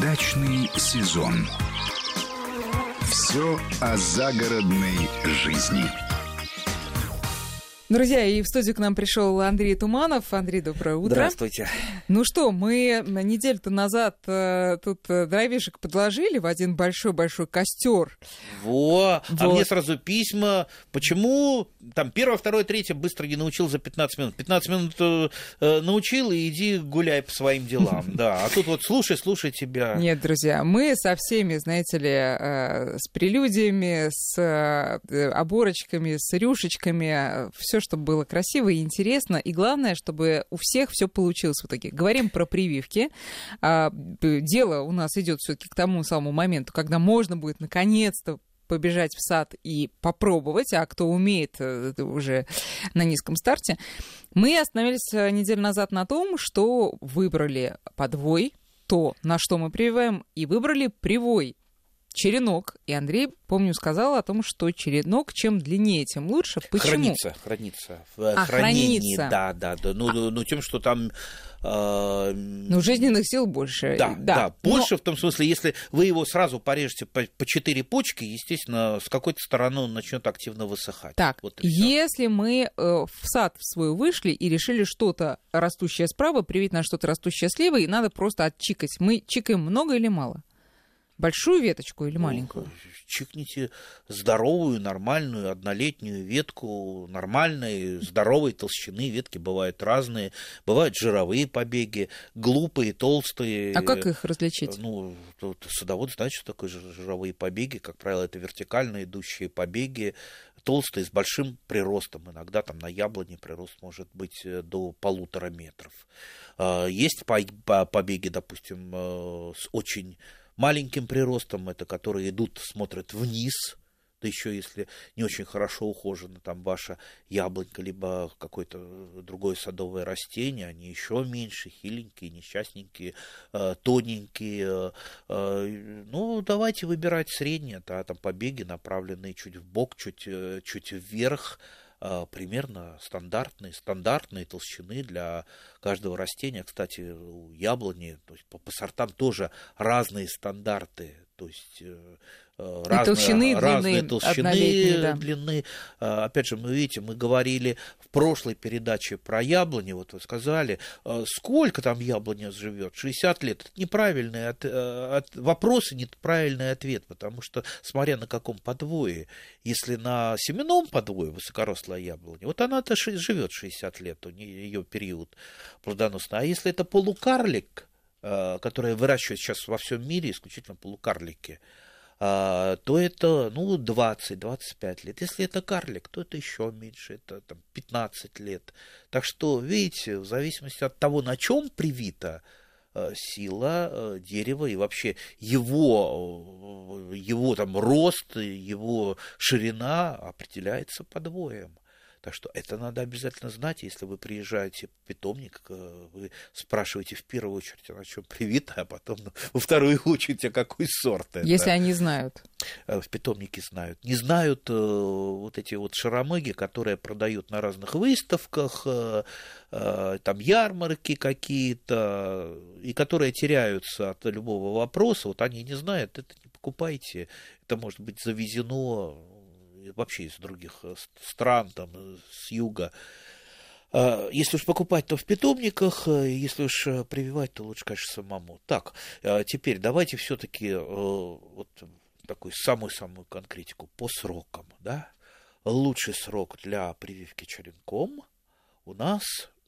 Дачный сезон. Все о загородной жизни. Друзья, и в студию к нам пришел Андрей Туманов. Андрей, доброе утро. Здравствуйте. Ну что, мы неделю-то назад тут дровишек подложили в один большой-большой костер. А мне сразу письма. Почему там 1, 2, 3 быстро не научил за 15 минут? 15 минут научил, и иди гуляй по своим делам. Да, а тут вот слушай тебя. Нет, друзья, мы со всеми, знаете ли, с прелюдиями, с оборочками, с рюшечками, все, чтобы было красиво и интересно, и главное, чтобы у всех все получилось в итоге. Говорим про прививки. Дело у нас идет все-таки к тому самому моменту, когда можно будет наконец-то побежать в сад и попробовать, а кто умеет, это уже на низком старте. Мы остановились неделю назад на том, что выбрали подвой, то, на что мы прививаем, и выбрали привой. Черенок. И Андрей, помню, сказал о том, что черенок, чем длиннее, тем лучше. Почему? Хранится. Хранении, да. Ну, тем, что там... жизненных сил больше. Да. Больше в том смысле, если вы его сразу порежете по 4 почки, естественно, с какой-то стороны он начнет активно высыхать. Так, вот если мы в сад свой вышли и решили что-то растущее справа привить на что-то растущее слева, и надо просто отчикать. Мы чикаем много или мало? Большую веточку или маленькую? Чикните здоровую, нормальную, однолетнюю ветку, нормальной, здоровой толщины. Ветки бывают разные. Бывают жировые побеги, глупые, толстые. А как их различить? Садовод знает, что такое жировые побеги. Как правило, это вертикально идущие побеги, толстые, с большим приростом. Иногда там на яблоне прирост может быть до 1,5 метров. Есть побеги, допустим, с очень маленьким приростом, это которые идут, смотрят вниз, да еще если не очень хорошо ухожена там ваша яблонька, либо какое-то другое садовое растение, они еще меньше, хиленькие, несчастненькие, тоненькие. Давайте выбирать средние, там побеги, направленные чуть в бок, чуть вверх, примерно стандартные толщины для каждого растения. Кстати, у яблони, то есть по сортам тоже разные стандарты, то есть разные толщины, длины. Опять же, мы говорили в прошлой передаче про яблони, вот вы сказали, сколько там яблоня живет? 60 лет. Это неправильный вопрос и неправильный ответ, потому что, смотря на каком подвое, если на семенном подвое высокорослая яблоня, вот она-то живет 60 лет, у нее ее период плодоносный. А если это полукарлик, который выращивают сейчас во всем мире, исключительно полукарлики, то это 20-25 лет. Если это карлик, то это еще меньше, это 15 лет. Так что, видите, в зависимости от того, на чем привита сила дерева и вообще его там рост, его ширина определяется подвоем. Так что это надо обязательно знать. Если вы приезжаете в питомник, вы спрашиваете в первую очередь, на чем привито, а потом во вторую очередь, а какой сорт это. Если они знают. В питомнике знают. Не знают вот эти вот шаромыги, которые продают на разных выставках, там ярмарки какие-то, и которые теряются от любого вопроса. Вот они не знают, это не покупайте. Это может быть завезено вообще из других стран, там, с юга. Если уж покупать, то в питомниках, если уж прививать, то лучше, конечно, самому. Так, теперь давайте все-таки вот такую самую-самую конкретику по срокам, да? Лучший срок для прививки черенком у нас,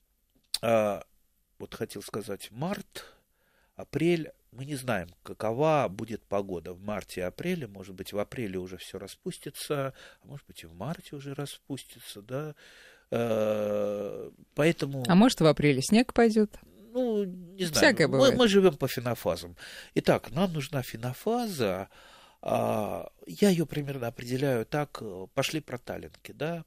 вот хотел сказать, март, апрель. Мы не знаем, какова будет погода в марте и апреле. Может быть, в апреле уже все распустится, а может быть, и в марте уже распустится, да. Поэтому... А может, в апреле снег пойдет? Не знаю. Всякое бывает. Мы живем по фенофазам. Итак, нам нужна фенофаза. Я ее примерно определяю так. Пошли проталинки, да.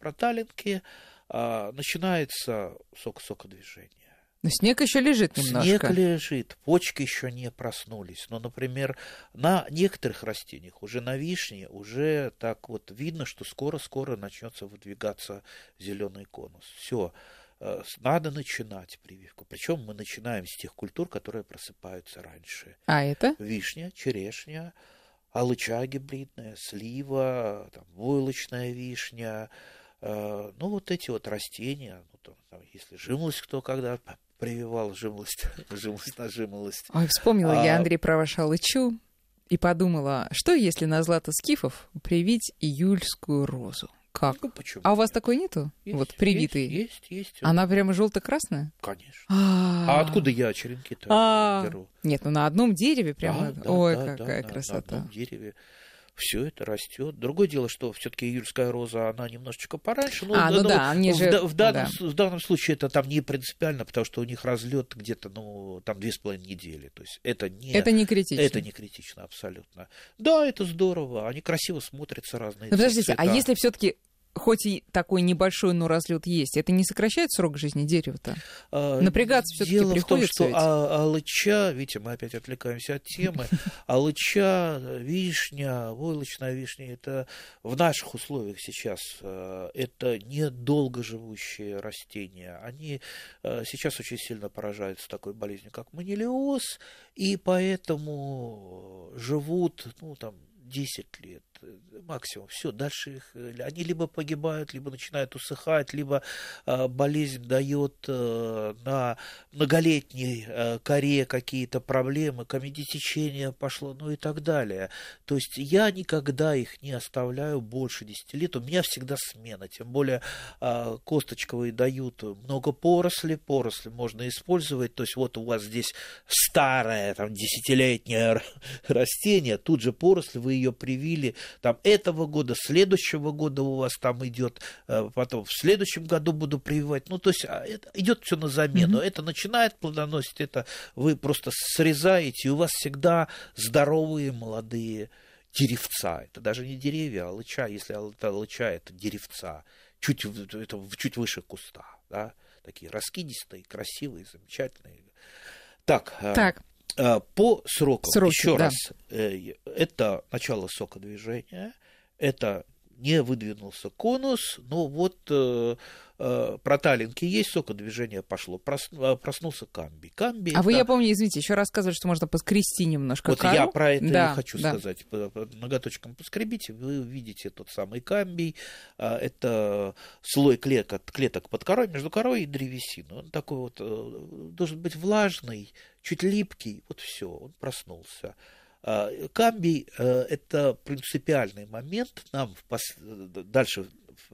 Начинается сокодвижение. Но снег еще лежит немножко. Снег лежит, почки еще не проснулись. Но, например, на некоторых растениях, уже на вишне, уже так вот видно, что скоро-скоро начнется выдвигаться зеленый конус. Все, надо начинать прививку. Причем мы начинаем с тех культур, которые просыпаются раньше. А это? Вишня, черешня, алыча гибридная, слива, там, войлочная вишня. Ну, вот эти вот растения. Ну, там, если жимолость кто когда прививал, жимолость на жимолость. Ой, вспомнила я, Андрей, про вашу алычу и подумала, что если на златоскифов привить июльскую розу? Как? Ну, почему? А у вас такой нету? Есть, Вот привитый. Есть. Она прямо желто-красная? Конечно. А откуда я черенки-то беру? Нет, ну на одном дереве прямо. Да, Ой, да, какая на красота. одном дереве. Все это растет. Другое дело, что все-таки июльская роза, она немножечко пораньше. Ну, они же... В данном случае это там не принципиально, потому что у них разлет где-то, там 2,5 недели. То есть это не критично. Это не критично абсолютно. Да, это здорово. Они красиво смотрятся, разные Но подождите, цвета. а если все-таки хоть и такой небольшой, но разлет есть, это не сокращает срок жизни дерева-то? Напрягаться все-таки приходится. Дело в том, что алыча, видите, мы опять отвлекаемся от темы, алыча, вишня, войлочная вишня, это в наших условиях сейчас, это недолго живущие растения. Они сейчас очень сильно поражаются такой болезнью, как манилиоз, и поэтому живут, 10 лет максимум. Все, дальше они либо погибают, либо начинают усыхать, либо болезнь дает на многолетней коре какие-то проблемы, камедитечение пошло, и так далее. То есть я никогда их не оставляю больше 10 лет. У меня всегда смена. Тем более косточковые дают много поросли можно использовать. То есть вот у вас здесь старое, десятилетнее растение, тут же поросль, вы ее привили этого года, следующего года у вас там идет, потом в следующем году буду прививать. То есть идет все на замену. Это начинает плодоносить, это вы просто срезаете, и у вас всегда здоровые молодые деревца. Это даже не деревья, а алыча. Если это алыча, это деревца. Чуть выше куста. Да? Такие раскидистые, красивые, замечательные. Так. По срокам, еще раз, это начало сокодвижения, это не выдвинулся конус, проталинки есть, сокодвижение пошло, проснулся камбий. Вы, я помню, извините, еще рассказывали, что можно поскрести немножко кору. Я про это и хочу сказать. Ноготочком поскребите, вы увидите тот самый камбий. Это слой клеток под корой, между корой и древесиной. Он такой должен быть влажный, чуть липкий. Все, он проснулся. Камбий – это принципиальный момент. Нам дальше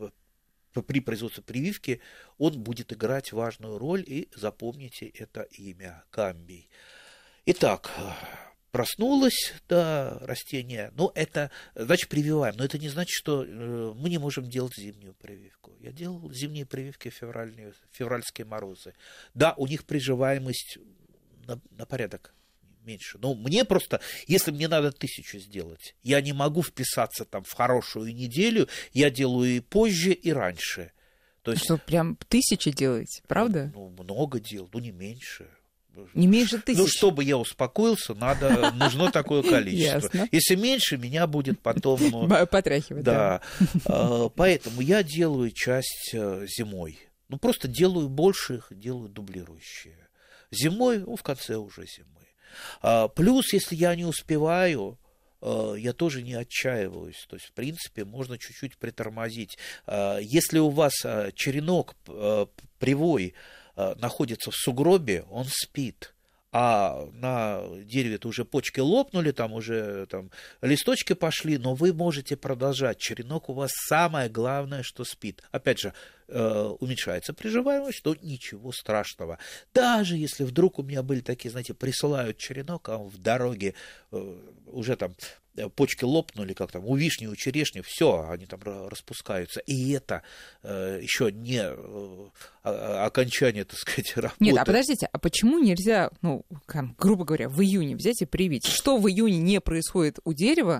при производстве прививки он будет играть важную роль, и запомните это имя – камбий. Итак, проснулось растение, это значит прививаем, но это не значит, что мы не можем делать зимнюю прививку. Я делал зимние прививки февральские морозы. Да, у них приживаемость на порядок меньше. Но мне просто, если мне надо 1000 сделать, я не могу вписаться в хорошую неделю, я делаю и позже, и раньше. То есть, что, прям 1000 делаете, правда? Много дел, не меньше. Не меньше 1000? Чтобы я успокоился, нужно такое количество. Ясно. Если меньше, меня будет потом... Потряхивать. Да. Поэтому я делаю часть зимой. Просто делаю больше их, делаю дублирующие. Зимой, в конце уже зимы. Плюс, если я не успеваю, я тоже не отчаиваюсь. То есть, в принципе, можно чуть-чуть притормозить. Если у вас черенок привой находится в сугробе, он спит. А на дереве-то уже почки лопнули, уже листочки пошли, но вы можете продолжать. Черенок у вас самое главное, что спит. Опять же, уменьшается приживаемость, то ничего страшного. Даже если вдруг у меня были такие, присылают черенок, а в дороге уже почки лопнули, как у вишни, у черешни, все, они распускаются. И это еще не окончание, так сказать, работы. Нет, а подождите, а почему нельзя, грубо говоря, в июне взять и привить? Что в июне не происходит у дерева,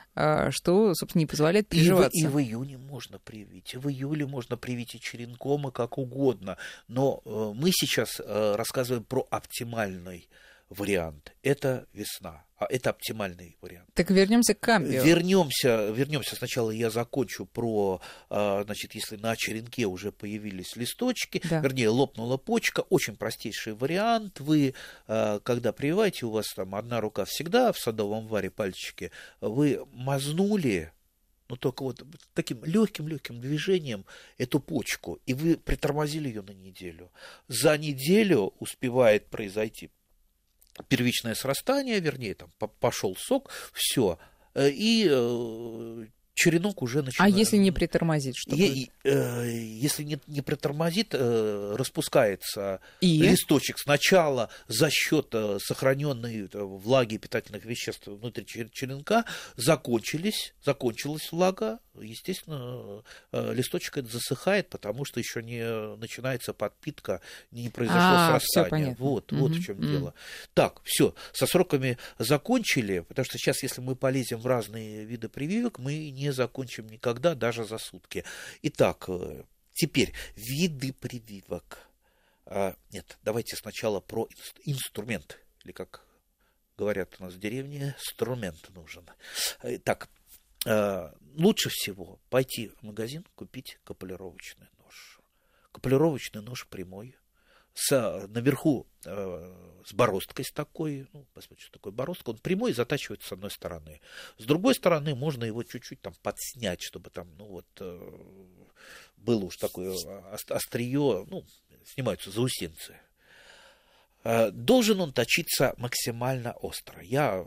что, собственно, не позволяет приживаться? И в июне можно привить, и в июле можно привить и черенком, и как угодно. Но мы сейчас рассказываем про оптимальный вариант – это весна. А это оптимальный вариант. Так вернемся к камбио. Вернемся. Сначала я закончу про, значит, если на черенке уже появились листочки, да. Вернее, лопнула почка, очень простейший вариант. Вы, когда прививаете, у вас там одна рука всегда в садовом варе пальчики, вы мазнули, но только вот таким легким движением эту почку, и вы притормозили ее на неделю. За неделю успевает произойти первичное срастание, вернее, там пошел сок, все, и черенок уже начинает. А если не притормозит, что будет? Если не притормозит, распускается листочек сначала за счет сохраненной влаги и питательных веществ внутри черенка, закончилась влага, естественно, листочек это засыхает, потому что еще не начинается подпитка, не произошло срастание. Вот в чем дело. Так, все, со сроками закончили, потому что сейчас, если мы полезем в разные виды прививок, мы не закончим никогда, даже за сутки. Итак, теперь виды прививок. Нет, давайте сначала про инструмент, или как говорят у нас в деревне, инструмент нужен. Так, лучше всего пойти в магазин, купить капулировочный нож. Капулировочный нож прямой, наверху с бороздкой с такой, посмотрите, что такое бороздка, он прямой, затачивается с одной стороны. С другой стороны можно его чуть-чуть там подснять, чтобы там, было уж такое острие, снимаются заусенцы. Должен он точиться максимально остро.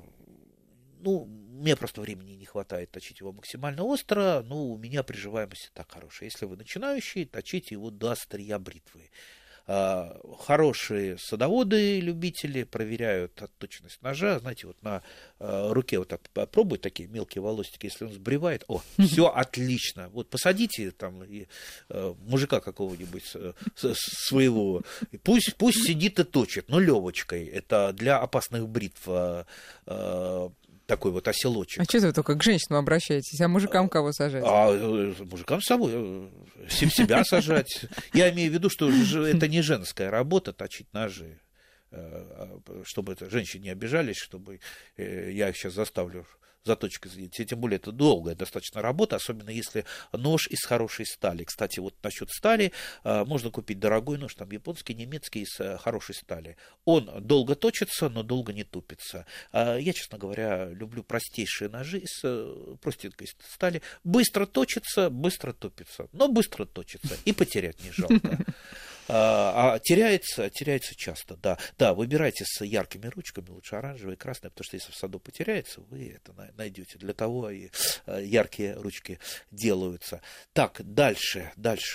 Мне просто времени не хватает точить его максимально остро, у меня приживаемость так хорошая. Если вы начинающий, точите его до острия бритвы. Хорошие садоводы, любители проверяют точность ножа. Знаете, вот на руке вот так попробуют такие мелкие волосики, если он сбривает, все отлично. Вот посадите там мужика какого-нибудь своего, пусть сидит и точит, но левочкой. Это для опасных бритв такой вот оселочек. А что вы только к женщинам обращаетесь? А мужикам кого сажать? Мужикам с собой. Себя сажать. Я имею в виду, что это не женская работа точить ножи. Чтобы женщины не обижались, чтобы я их сейчас заставлю заточкой заняться. Тем более это долгая достаточно работа, особенно если нож из хорошей стали. Кстати, вот насчет стали, можно купить дорогой нож, там японский, немецкий, из хорошей стали. Он долго точится, но долго не тупится. Я, честно говоря, люблю простейшие ножи из простенькой стали. Быстро точится, быстро тупится, но быстро точится, и потерять не жалко. А теряется часто, да. Да, выбирайте с яркими ручками, лучше оранжевые, красные, потому что если в саду потеряется, вы это найдете. Для того и яркие ручки делаются. Так, дальше.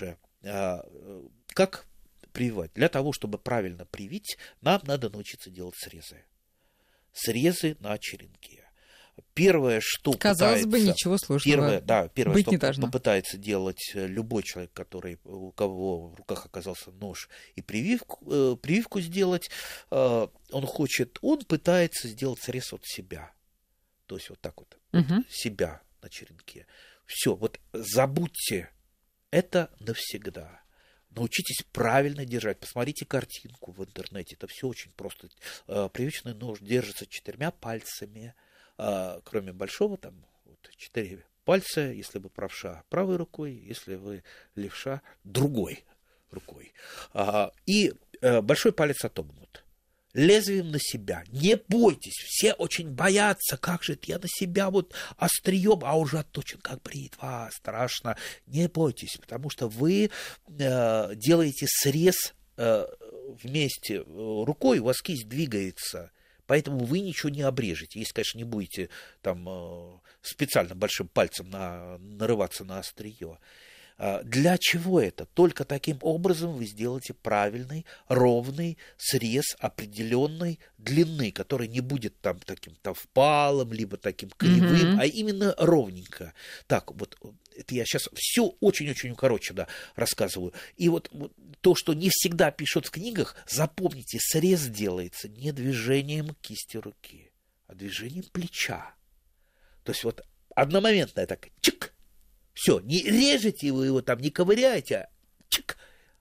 Как прививать? Для того, чтобы правильно привить, нам надо научиться делать срезы. Срезы на черенке. Первое, что казалось бы, ничего сложного первое, что должно. попытается делать любой человек, у кого в руках оказался нож, и прививку сделать, он пытается сделать срез от себя. То есть вот так вот, себя на черенке. Все, вот забудьте это навсегда. Научитесь правильно держать. Посмотрите картинку в интернете. Это все очень просто. Прививочный нож держится 4 пальцами. Кроме большого, там 4 пальца, если вы правша правой рукой, если вы левша другой рукой. И большой палец отогнут. Лезвием на себя. Не бойтесь. Все очень боятся. Как же это я на себя острием, а уже отточен как бритва. Страшно. Не бойтесь, потому что вы делаете срез вместе рукой, у вас кисть двигается. Поэтому вы ничего не обрежете. Если, конечно, не будете там специально большим пальцем нарываться на острие. Для чего это? Только таким образом вы сделаете правильный, ровный срез определенной длины, который не будет там таким-то впалым, либо таким кривым, а именно ровненько. Так, вот это я сейчас все очень-очень укороченно рассказываю. И вот то, что не всегда пишут в книгах, запомните, срез делается не движением кисти руки, а движением плеча. То есть вот одномоментное так, чик, все, не режете вы его там, не ковыряете, а чик,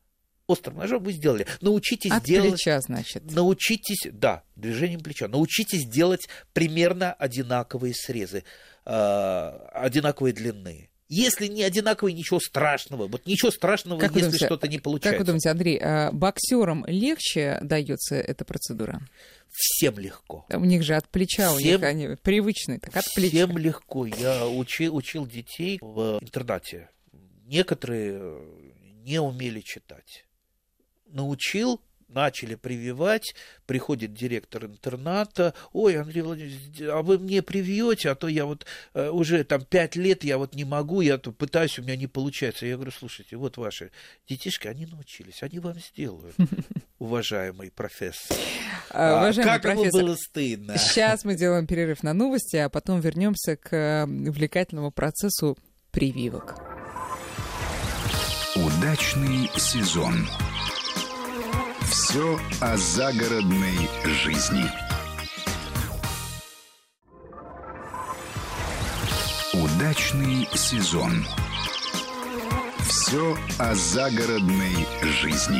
острым ножом вы сделали. Научитесь от делать... плеча, значит. Научитесь, да, движением плеча. Научитесь делать примерно одинаковые срезы, одинаковой длины. Если не одинаковые, ничего страшного. Вот ничего страшного, как если что-то не получается. Как вы думаете, Андрей, боксерам легче дается эта процедура? Всем легко. У них же от плеча, у них они привычные, так от плеча. Всем легко. Я учил детей в интернате. Некоторые не умели читать. Научил, начали прививать, приходит директор интерната: ой, Андрей Владимирович, а вы мне привьете, а то я вот уже там 5 лет, я вот не могу, я тут пытаюсь, у меня не получается. Я говорю: слушайте, вот ваши детишки, они научились, они вам сделают, уважаемый профессор. Уважаемый как профессор, ему было стыдно. Сейчас мы делаем перерыв на новости, а потом вернемся к увлекательному процессу прививок. Удачный сезон. Все о загородной жизни. Удачный сезон. Все о загородной жизни.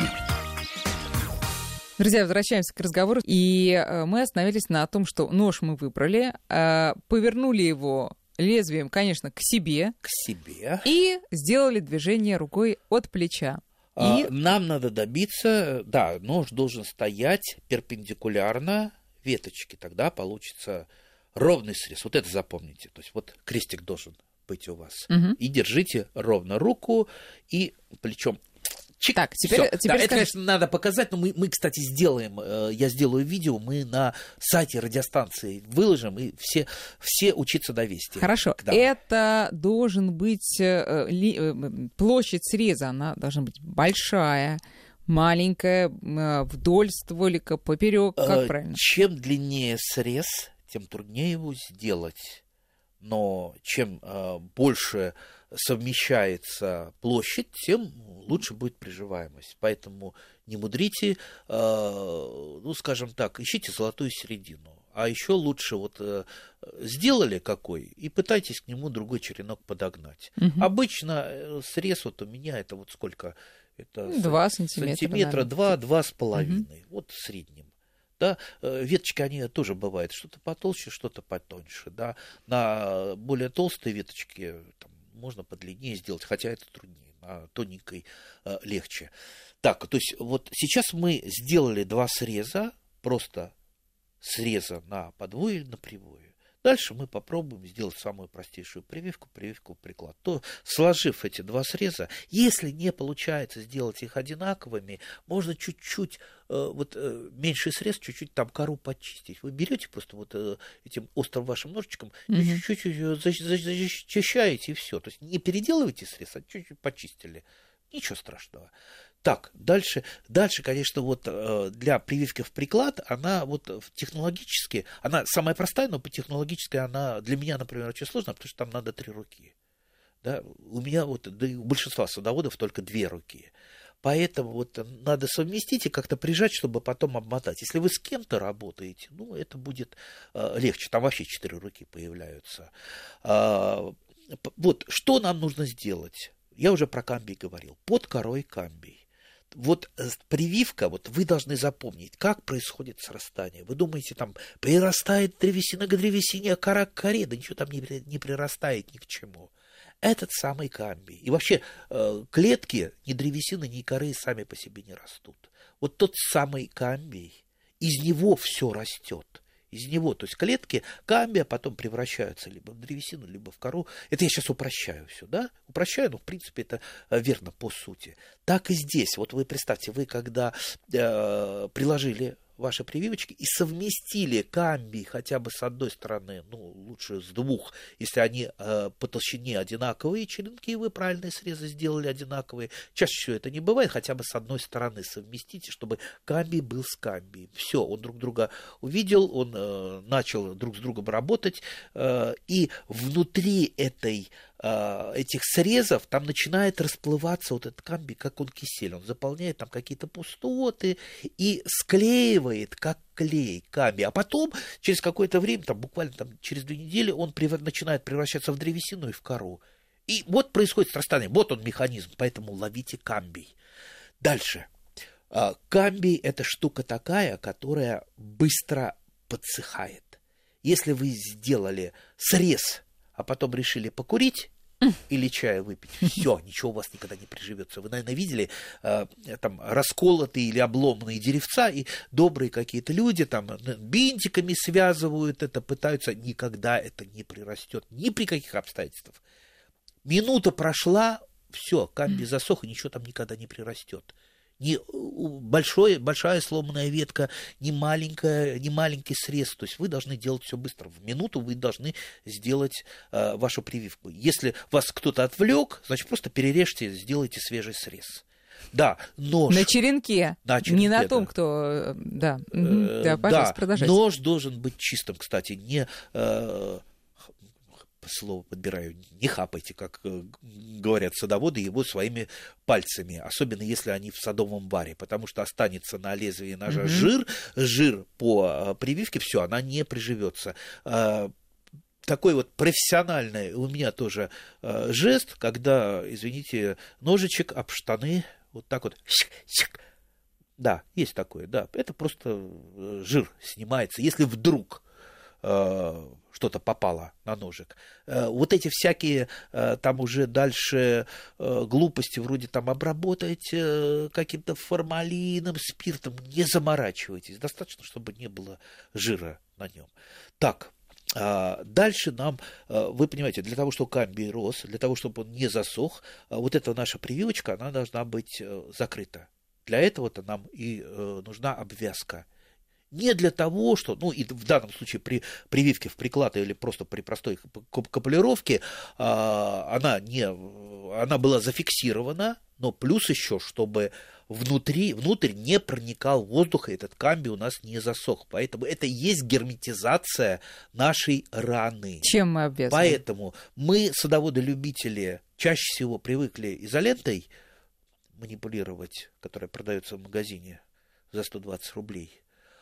Друзья, возвращаемся к разговору. И мы остановились на том, что нож мы выбрали, повернули его лезвием, конечно, к себе. К себе. И сделали движение рукой от плеча. И... Нам надо добиться, да, нож должен стоять перпендикулярно веточке, тогда получится ровный срез. Вот это запомните. То есть вот крестик должен быть у вас. Угу. И держите ровно руку и плечом. Чик. Так, теперь да, это, конечно, надо показать, но мы, кстати, сделаем, я сделаю видео, мы на сайте радиостанции выложим, и все учиться довести. Хорошо, это должен быть, площадь среза, она должна быть большая, маленькая, вдоль стволика, поперек, как правильно? Чем длиннее срез, тем труднее его сделать, но чем больше совмещается площадь, тем лучше будет приживаемость. Поэтому не мудрите, ну, скажем так, ищите золотую середину. А еще лучше вот сделали какой, и пытайтесь к нему другой черенок подогнать. Угу. Обычно срез вот у меня это вот сколько? Это 2 сантиметра. 2-2,5. Угу. Вот в среднем. Да, веточки, они тоже бывают что-то потолще, что-то потоньше. Да. На более толстые веточки там можно подлиннее сделать, хотя это труднее, на тоненькой легче. Так, то есть вот сейчас мы сделали 2 среза, просто среза на подвое или на привое. Дальше мы попробуем сделать самую простейшую прививку в приклад. То, сложив эти 2 среза, если не получается сделать их одинаковыми, можно чуть-чуть, меньший срез, чуть-чуть там кору почистить. Вы берете просто вот этим острым вашим ножичком, чуть-чуть зачищаете, и все. То есть не переделывайте срез, а чуть-чуть почистили. Ничего страшного. Так, дальше, конечно, вот для прививки в приклад, она вот технологически, она самая простая, но по технологически она для меня, например, очень сложная, потому что там надо 3 руки. Да? У меня вот, да и у большинства садоводов только 2 руки. Поэтому вот надо совместить и как-то прижать, чтобы потом обмотать. Если вы с кем-то работаете, ну, это будет легче. Там вообще 4 руки появляются. Вот, что нам нужно сделать? Я уже про камбий говорил. Под корой камбий. Вот прививка, вот вы должны запомнить, как происходит срастание. Вы думаете, там прирастает древесина к древесине, а кора к коре, да ничего там не прирастает ни к чему. Этот самый камбий. И вообще клетки ни древесины, ни коры сами по себе не растут. Вот тот самый камбий, из него все растет. Из него, то есть клетки камбия потом превращаются либо в древесину, либо в кору. Это я сейчас упрощаю все, да? Упрощаю, но в принципе это верно по сути. Так и здесь. Вот вы представьте, вы когда приложили ваши прививочки и совместили камбий хотя бы с одной стороны, ну, лучше с 2, если они по толщине одинаковые черенки, вы правильные срезы сделали одинаковые. Чаще всего это не бывает, хотя бы с одной стороны совместите, чтобы камбий был с камбием. Все, он друг друга увидел, он начал друг с другом работать, и внутри этих срезов там начинает расплываться вот этот камбий, как он кисель. Он заполняет там какие-то пустоты и склеивает, как клей, камбий. А потом, через какое-то время, там, буквально там, через 2 недели, он начинает превращаться в древесину и в кору. И вот происходит срастание. Вот он механизм, поэтому ловите камбий. Дальше. Камбий – это штука такая, которая быстро подсыхает. Если вы сделали срез, а потом решили покурить или чая выпить, все, ничего у вас никогда не приживется. Вы, наверное, видели там расколотые или обломанные деревца, и добрые какие-то люди там бинтиками связывают это, пытаются, никогда это не прирастет, ни при каких обстоятельствах. Минута прошла, все, камбий засох, и ничего там никогда не прирастет. Ни большая сломанная ветка, ни маленький срез. То есть вы должны делать все быстро. В минуту вы должны сделать вашу прививку. Если вас кто-то отвлек, значит, просто перережьте, сделайте свежий срез. Да, нож. На черенке. Не на том, кто... Да, пожалуйста, продолжайте. Нож должен быть чистым, кстати, не... Слово подбираю, не хапайте, как говорят садоводы, его своими пальцами, особенно если они в садовом баре, потому что останется на лезвии ножа жир по прививке, все, она не приживется. Такой вот профессиональный у меня тоже жест, когда, извините, ножичек об штаны, вот так вот, да, есть такое, да, это просто жир снимается, если вдруг что-то попало на ножик. Вот эти всякие там уже дальше глупости, вроде там обработать каким-то формалином, спиртом, не заморачивайтесь. Достаточно, чтобы не было жира на нем. Так, дальше нам, вы понимаете, для того, чтобы камбий рос, для того, чтобы он не засох, вот эта наша прививочка, она должна быть закрыта. Для этого-то нам и нужна обвязка. Не для того, что, ну и в данном случае при прививке в приклад или просто при простой капулировке она была зафиксирована, но плюс еще, чтобы внутрь не проникал воздух, и этот камбий у нас не засох. Поэтому это и есть герметизация нашей раны. Чем мы обвязываем? Поэтому мы, садоводы-любители, чаще всего привыкли изолентой манипулировать, которая продается в магазине за 120 рублей.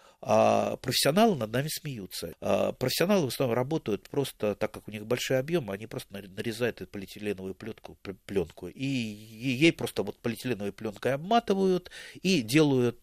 А профессионалы над нами смеются. Профессионалы в основном работают просто, так как у них большие объемы, они просто нарезают эту полиэтиленовую пленку, и ей просто вот полиэтиленовой пленкой обматывают и делают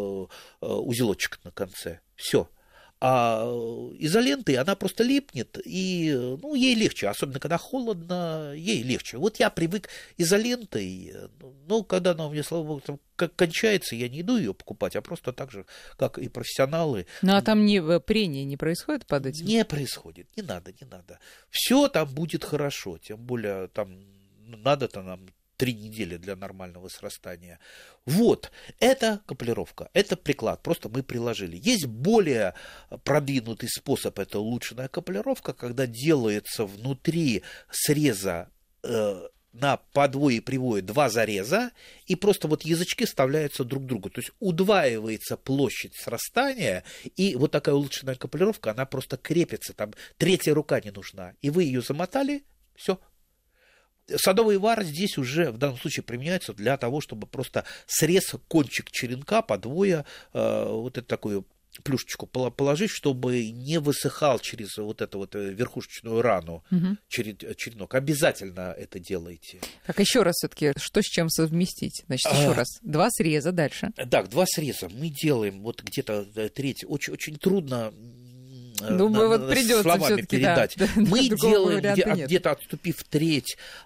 узелочек на конце. Все. А изолентой она просто липнет, и ей легче, особенно когда холодно, ей легче. Вот я привык изолентой, но когда она у меня, слава богу, кончается, я не иду ее покупать, а просто так же, как и профессионалы. Ну, а там прения не происходит под этим? Не происходит, не надо. Все там будет хорошо, тем более там надо-то нам 3 недели для нормального срастания. Вот, это капулировка, это приклад, просто мы приложили. Есть более продвинутый способ, это улучшенная капулировка, когда делается внутри среза на подвое и привое 2 зареза, и просто вот язычки вставляются друг к другу. То есть удваивается площадь срастания, и вот такая улучшенная капулировка, она просто крепится, там 3-я рука не нужна. И вы ее замотали, все. Садовый вар здесь уже в данном случае применяется для того, чтобы просто срез кончик черенка подвое, вот эту такую плюшечку положить, чтобы не высыхал через вот эту вот верхушечную рану черенок. Обязательно это делайте. Так, еще раз все-таки, что с чем совместить? Значит, еще раз. 2 среза дальше. Да, 2 среза. Мы делаем вот где-то 3. Очень трудно вот придется словами передать. Да, мы делаем, где-то отступив 1/3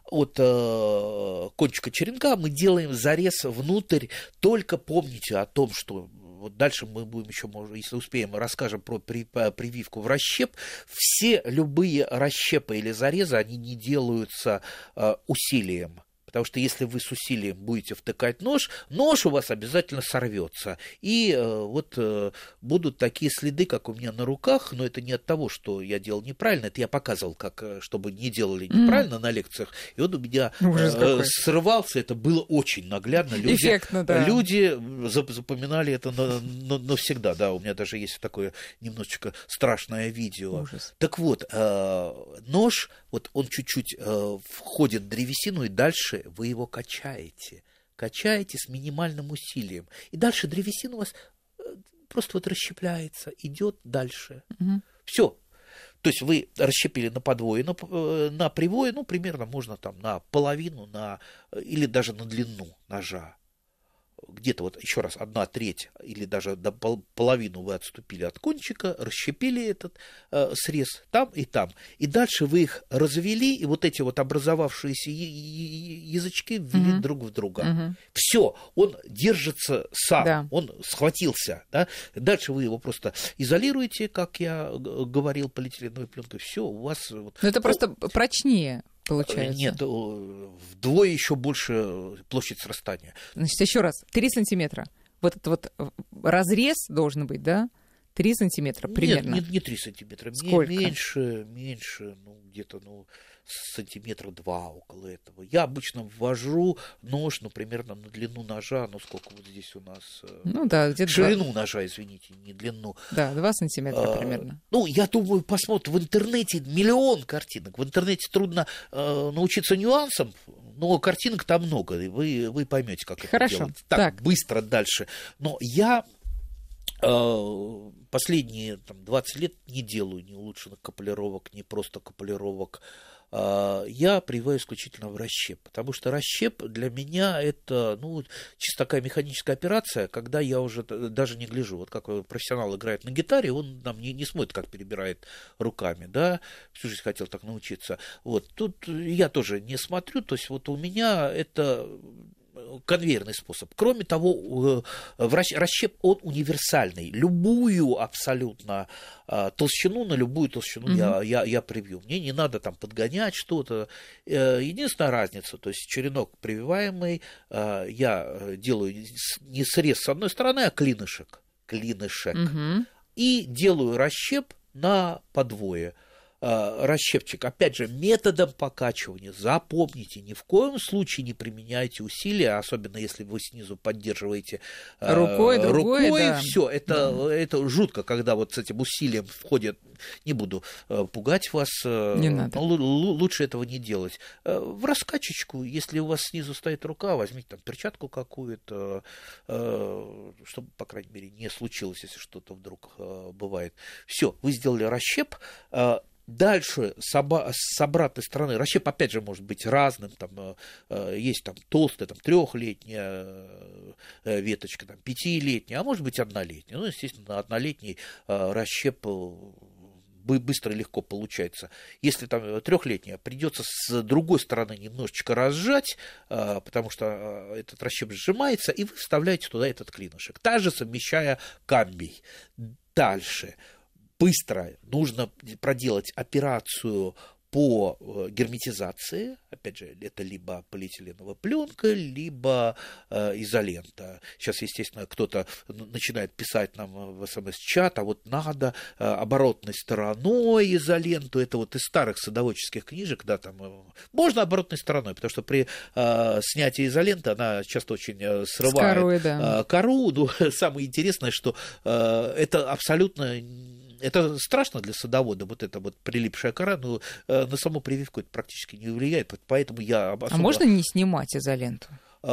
от кончика черенка, мы делаем зарез внутрь. Только помните о том, что вот дальше мы будем еще, если успеем, расскажем про прививку в расщеп. Все любые расщепы или зарезы, они не делаются усилием. Потому что если вы с усилием будете втыкать нож у вас обязательно сорвется. И вот будут такие следы, как у меня на руках, но это не от того, что я делал неправильно, это я показывал, чтобы не делали неправильно на лекциях. И он у меня срывался, это было очень наглядно. Эффектно, да. Люди запоминали это навсегда. Да, у меня даже есть такое немножечко страшное видео. Ужас. Так вот, нож, вот он чуть-чуть входит в древесину, и дальше вы его качаете с минимальным усилием. И дальше древесина у вас просто вот расщепляется, идет дальше. Все. То есть вы расщепили на подвое, на привое, примерно можно там на половину, или даже на длину ножа. где-то вот еще раз 1/3 или даже до половину вы отступили от кончика, расщепили этот срез там. И дальше вы их развели, и вот эти вот образовавшиеся язычки ввели друг в друга. Все, он держится сам, он схватился. Да? Дальше вы его просто изолируете, как я говорил, полиэтиленовой пленкой. Все, у вас... Но это просто прочнее. Получается. Нет, вдвое еще больше площадь срастания. Значит, еще раз, 3 сантиметра. Вот этот вот разрез должен быть, да? 3 сантиметра примерно. Нет, не 3 сантиметра. Сколько? Меньше, где-то, сантиметра 2 около этого. Я обычно ввожу нож, примерно на длину ножа, сколько вот здесь у нас... где-то... Ширину ножа, извините, не длину. Да, 2 сантиметра примерно. Я думаю, посмотрим. В интернете миллион картинок. В интернете трудно научиться нюансам, но картинок там много, и вы поймете, как это делать. Так, быстро дальше. Но я... Последние 20 лет не делаю ни улучшенных капулировок, ни просто капулировок. Я прививаю исключительно в расщеп, потому что расщеп для меня это чисто такая механическая операция, когда я уже даже не гляжу. Вот как профессионал играет на гитаре, он нам не смотрит, как перебирает руками, да, всю жизнь хотел так научиться. Вот тут я тоже не смотрю, то есть вот у меня это... конвейерный способ. Кроме того, расщеп, он универсальный. Любую абсолютно толщину, на любую толщину я привью. Мне не надо там подгонять что-то. Единственная разница, то есть черенок прививаемый, я делаю не срез с одной стороны, а клинышек. И делаю расщеп на подвое. Расщепчик, опять же, методом покачивания. Запомните, ни в коем случае не применяйте усилия, особенно если вы снизу поддерживаете рукой, да. Все, это жутко, когда вот с этим усилием входит. Не буду пугать вас, не надо. Лучше этого не делать. В раскачечку, если у вас снизу стоит рука, возьмите там перчатку какую-то, чтобы, по крайней мере, не случилось, если что-то вдруг бывает. Все, вы сделали расщеп. Дальше с обратной стороны расщеп, опять же, может быть разным. Там, есть там толстая, 3-летняя веточка, 5-летняя, а может быть 1-летняя. Естественно, на 1-летний расщеп быстро и легко получается. Если там 3-летняя, придется с другой стороны немножечко разжать, потому что этот расщеп сжимается, и вы вставляете туда этот клинышек, также совмещая камбий. Дальше. Быстро нужно проделать операцию по герметизации, опять же, это либо полиэтиленовая пленка, либо изолента. Сейчас, естественно, кто-то начинает писать нам в СМС-чат, а вот надо оборотной стороной изоленту, это вот из старых садоводческих книжек, да, там можно оборотной стороной, потому что при снятии изоленты она часто очень срывает кору. Самое интересное, что это абсолютно... Это страшно для садовода, вот эта вот прилипшая кора, но на саму прививку это практически не влияет, поэтому я особо... А можно не снимать изоленту?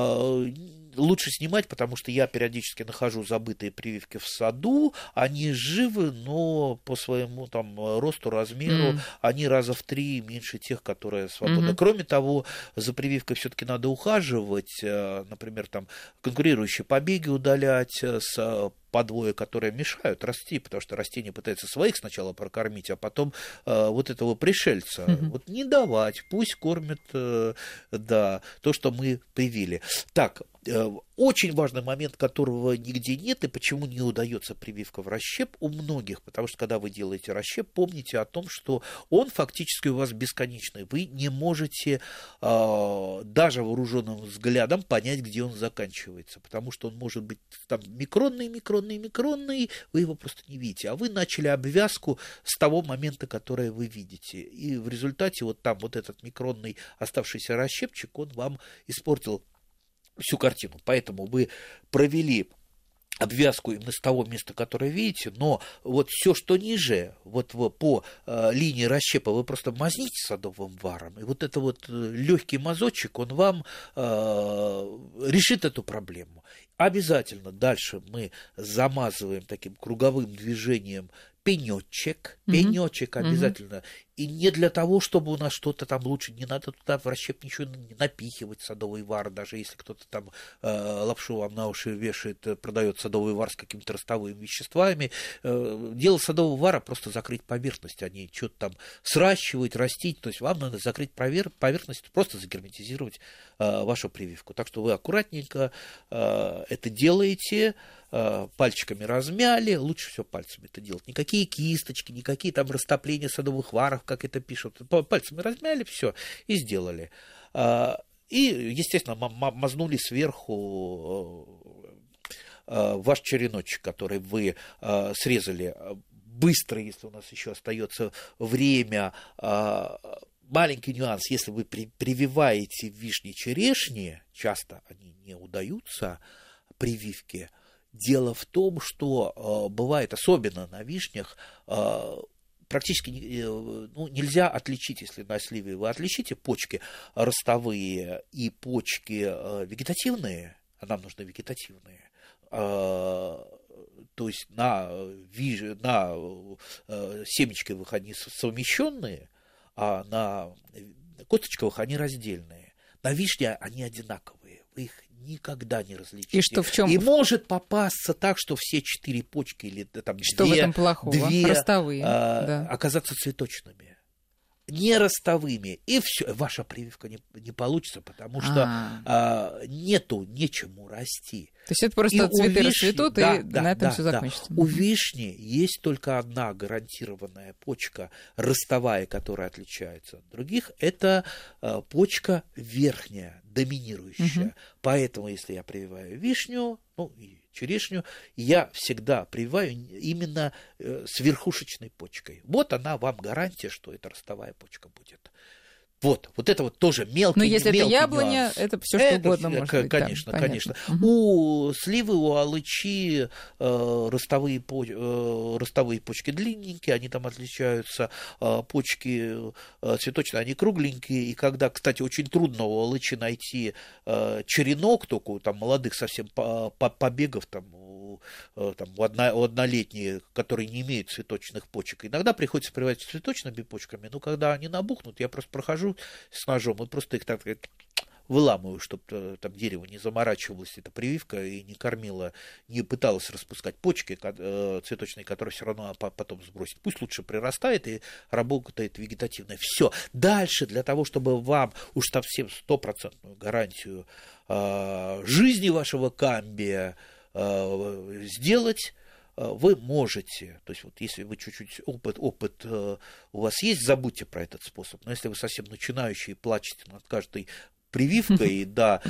Лучше снимать, потому что я периодически нахожу забытые прививки в саду, они живы, но по своему там росту, размеру, они раза в 3 меньше тех, которые свободны. Кроме того, за прививкой все-таки надо ухаживать, например, там конкурирующие побеги удалять с подвоя, которые мешают расти, потому что растение пытается своих сначала прокормить, а потом вот этого пришельца. Вот не давать, пусть кормят, да, то, что мы привили. Так, очень важный момент, которого нигде нет, и почему не удается прививка в расщеп у многих, потому что когда вы делаете расщеп, помните о том, что он фактически у вас бесконечный. Вы не можете даже вооруженным взглядом понять, где он заканчивается, потому что он может быть там микронный, вы его просто не видите, а вы начали обвязку с того момента, который вы видите, и в результате вот там вот этот микронный оставшийся расщепчик, он вам испортил всю картину. Поэтому вы провели обвязку именно с того места, которое видите, но вот все, что ниже, вот по линии расщепа, вы просто мазните садовым варом, и вот это вот легкий мазочек, он вам решит эту проблему. Обязательно дальше мы замазываем таким круговым движением пенечек обязательно. И не для того, чтобы у нас что-то там лучше, не надо туда в расщеп ничего не напихивать, садовый вар, даже если кто-то там лапшу вам на уши вешает, продает садовый вар с какими-то ростовыми веществами. Дело садового вара просто закрыть поверхность, а не что-то там сращивать, растить. То есть вам надо закрыть поверхность, просто загерметизировать вашу прививку. Так что вы аккуратненько это делаете, пальчиками размяли, лучше все пальцами это делать. Никакие кисточки, никакие там растопления садовых варов, как это пишут. Пальцами размяли, все и сделали. И, естественно, мазнули сверху ваш череночек, который вы срезали быстро, если у нас еще остается время. Маленький нюанс, если вы прививаете вишни-черешни, часто они не удаются, прививки. Дело в том, что бывает, особенно на вишнях, практически нельзя отличить, если на сливе вы отличите почки ростовые и почки вегетативные, а нам нужны вегетативные, то есть на семечковых они совмещенные, а на косточковых они раздельные. На вишне они одинаковые, вы их никогда не различите. И что в чем? И может попасться так, что все 4 почки или там что 2, в этом плохого? 2 ростовые, да. оказаться цветочными, не ростовыми, и все, ваша прививка не получится, потому что нечему расти. То есть это просто цветы расцветут, и на этом все закончится. У вишни есть только одна гарантированная почка ростовая, которая отличается от других, это почка верхняя, доминирующая. Поэтому, если я прививаю вишню, и черешню, я всегда прививаю именно с верхушечной почкой. Вот она вам гарантия, что это ростовая почка будет. Вот это вот тоже мелкий. Но если это яблоня, нюанс. это все что угодно может быть. Конечно, конечно. У сливы, у алычи ростовые почки длинненькие, они там отличаются, почки цветочные, они кругленькие. И когда, кстати, очень трудно у алычи найти черенок, только у там молодых совсем побегов, у однолетние, которые не имеют цветочных почек. Иногда приходится прививать с цветочными почками, но когда они набухнут, я просто прохожу с ножом и просто их так выламываю, чтобы там дерево не заморачивалось, эта прививка, и не кормила, не пыталась распускать почки цветочные, которые все равно потом сбросит. Пусть лучше прирастает и работает вегетативно. Все. Дальше, для того, чтобы вам уж совсем 100% гарантию жизни вашего камбия сделать, вы можете, то есть вот если вы чуть-чуть опыт у вас есть, забудьте про этот способ, но если вы совсем начинающий и плачете над каждой прививкой,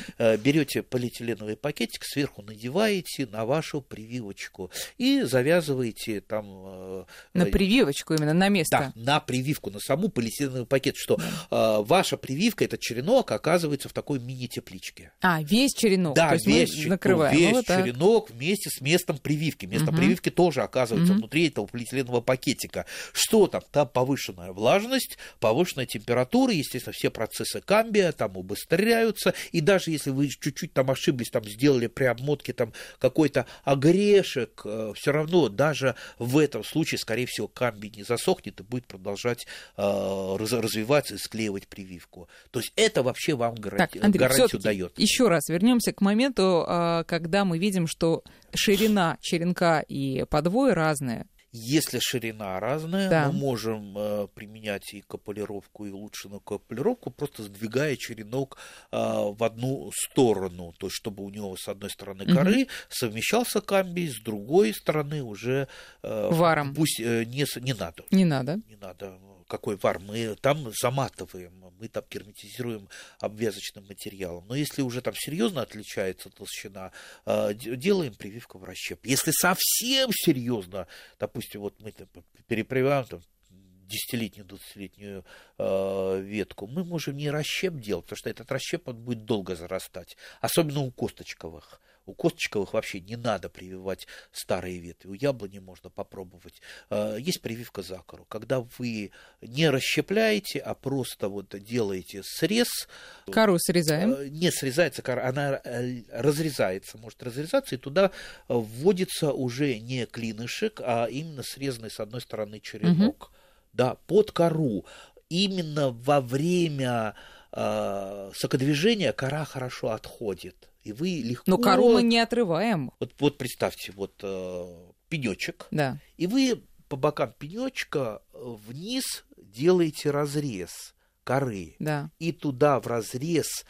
берете полиэтиленовый пакетик, сверху надеваете на вашу прививочку и завязываете там... На прививочку именно, на место. Да, на прививку, на саму полиэтиленовый пакет, что ваша прививка, этот черенок, оказывается в такой мини-тепличке. Весь черенок, да, то есть весь мы накрываем. Весь черенок вместе с местом прививки. Место прививки тоже оказывается внутри этого полиэтиленового пакетика. Что там? Там повышенная влажность, повышенная температура, естественно, все процессы камбия там убыстряются, и даже если вы чуть-чуть там ошиблись, там сделали при обмотке там какой-то огрешек, все равно даже в этом случае, скорее всего, камбий не засохнет и будет продолжать развиваться и склеивать прививку. То есть это вообще вам гарантию дает. Еще раз вернемся к моменту, когда мы видим, что ширина черенка и подвой разная. Если ширина разная, мы можем применять и капулировку, и улучшенную капулировку, просто сдвигая черенок в одну сторону, то есть чтобы у него с одной стороны коры совмещался камбий, с другой стороны уже варом. Пусть не надо. Не надо. Не надо. Какой вар? Мы там заматываем, мы там герметизируем обвязочным материалом. Но если уже там серьезно отличается толщина, делаем прививку в расщеп. Если совсем серьезно, допустим, вот мы перепрививаем там 10-летнюю, 20-летнюю ветку, мы можем не расщеп делать, потому что этот расщеп он будет долго зарастать, особенно у косточковых. У косточковых вообще не надо прививать старые ветви. У яблони можно попробовать. Есть прививка за кору. Когда вы не расщепляете, а просто вот делаете срез. Кору срезаем. Не срезается кора, она разрезается, может разрезаться, и туда вводится уже не клинышек, а именно срезанный с одной стороны черенок. да, под кору. Именно во время сокодвижения кора хорошо отходит. И вы легко... Но кору мы не отрываем. Вот представьте, пенечек, да. И вы по бокам пенечка вниз делаете разрез коры. Да. И туда в разрез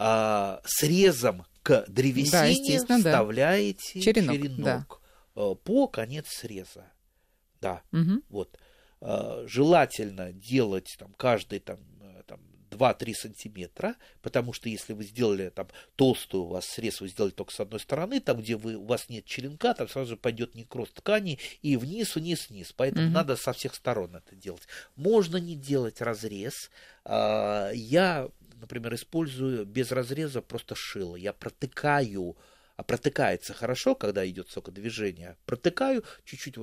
срезом к древесине вставляете черенок по конец среза. Да, вот. Желательно делать каждый 2-3 сантиметра, потому что если вы сделали толстую у вас срез, вы сделали только с одной стороны, там, где у вас нет черенка, там сразу же пойдет некроз ткани и вниз. Поэтому надо со всех сторон это делать. Можно не делать разрез. Я, например, использую без разреза просто шило. Я протыкаю, а протыкается хорошо, когда идет сокодвижение. Протыкаю чуть-чуть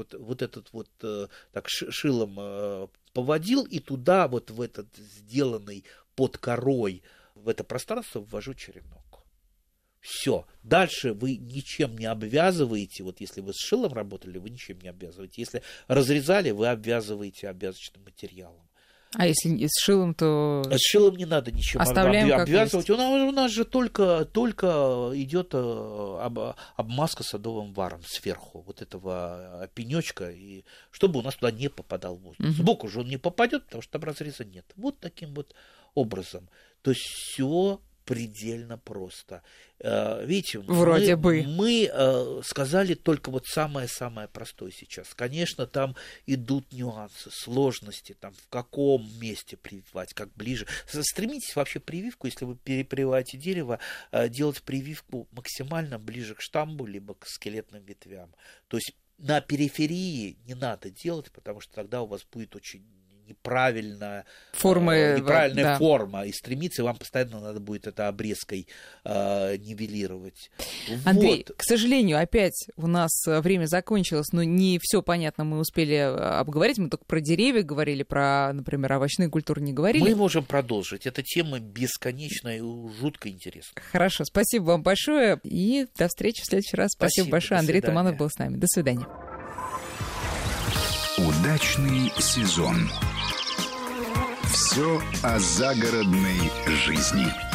так шилом поводил, и туда в этот сделанный под корой в это пространство ввожу черенок. Все. Дальше вы ничем не обвязываете. Если вы с шилом работали, вы ничем не обвязываете. Если разрезали, вы обвязываете обвязочным материалом. А если с шилом, то... С шилом не надо ничем обвязывать. У нас же только идет обмазка садовым варом сверху этого пенечка, и чтобы у нас туда не попадал воздух. Сбоку же он не попадет, потому что там разреза нет. Вот таким образом. То есть все предельно просто. Видите, мы сказали только самое-самое простое сейчас. Конечно, там идут нюансы, сложности, в каком месте прививать, как ближе. Стремитесь вообще прививку, если вы перепрививаете дерево, делать прививку максимально ближе к штамбу, либо к скелетным ветвям. То есть на периферии не надо делать, потому что тогда у вас будет очень неправильная форма, и стремиться вам постоянно надо будет это обрезкой нивелировать. Андрей, к сожалению, опять у нас время закончилось, но не все понятно мы успели обговорить. Мы только про деревья говорили, про, например, овощные культуры не говорили. Мы можем продолжить. Эта тема бесконечная и жутко интересная. Хорошо, спасибо вам большое и до встречи в следующий раз. Спасибо большое. Андрей Туманов был с нами. До свидания. Удачный сезон. Все о загородной жизни.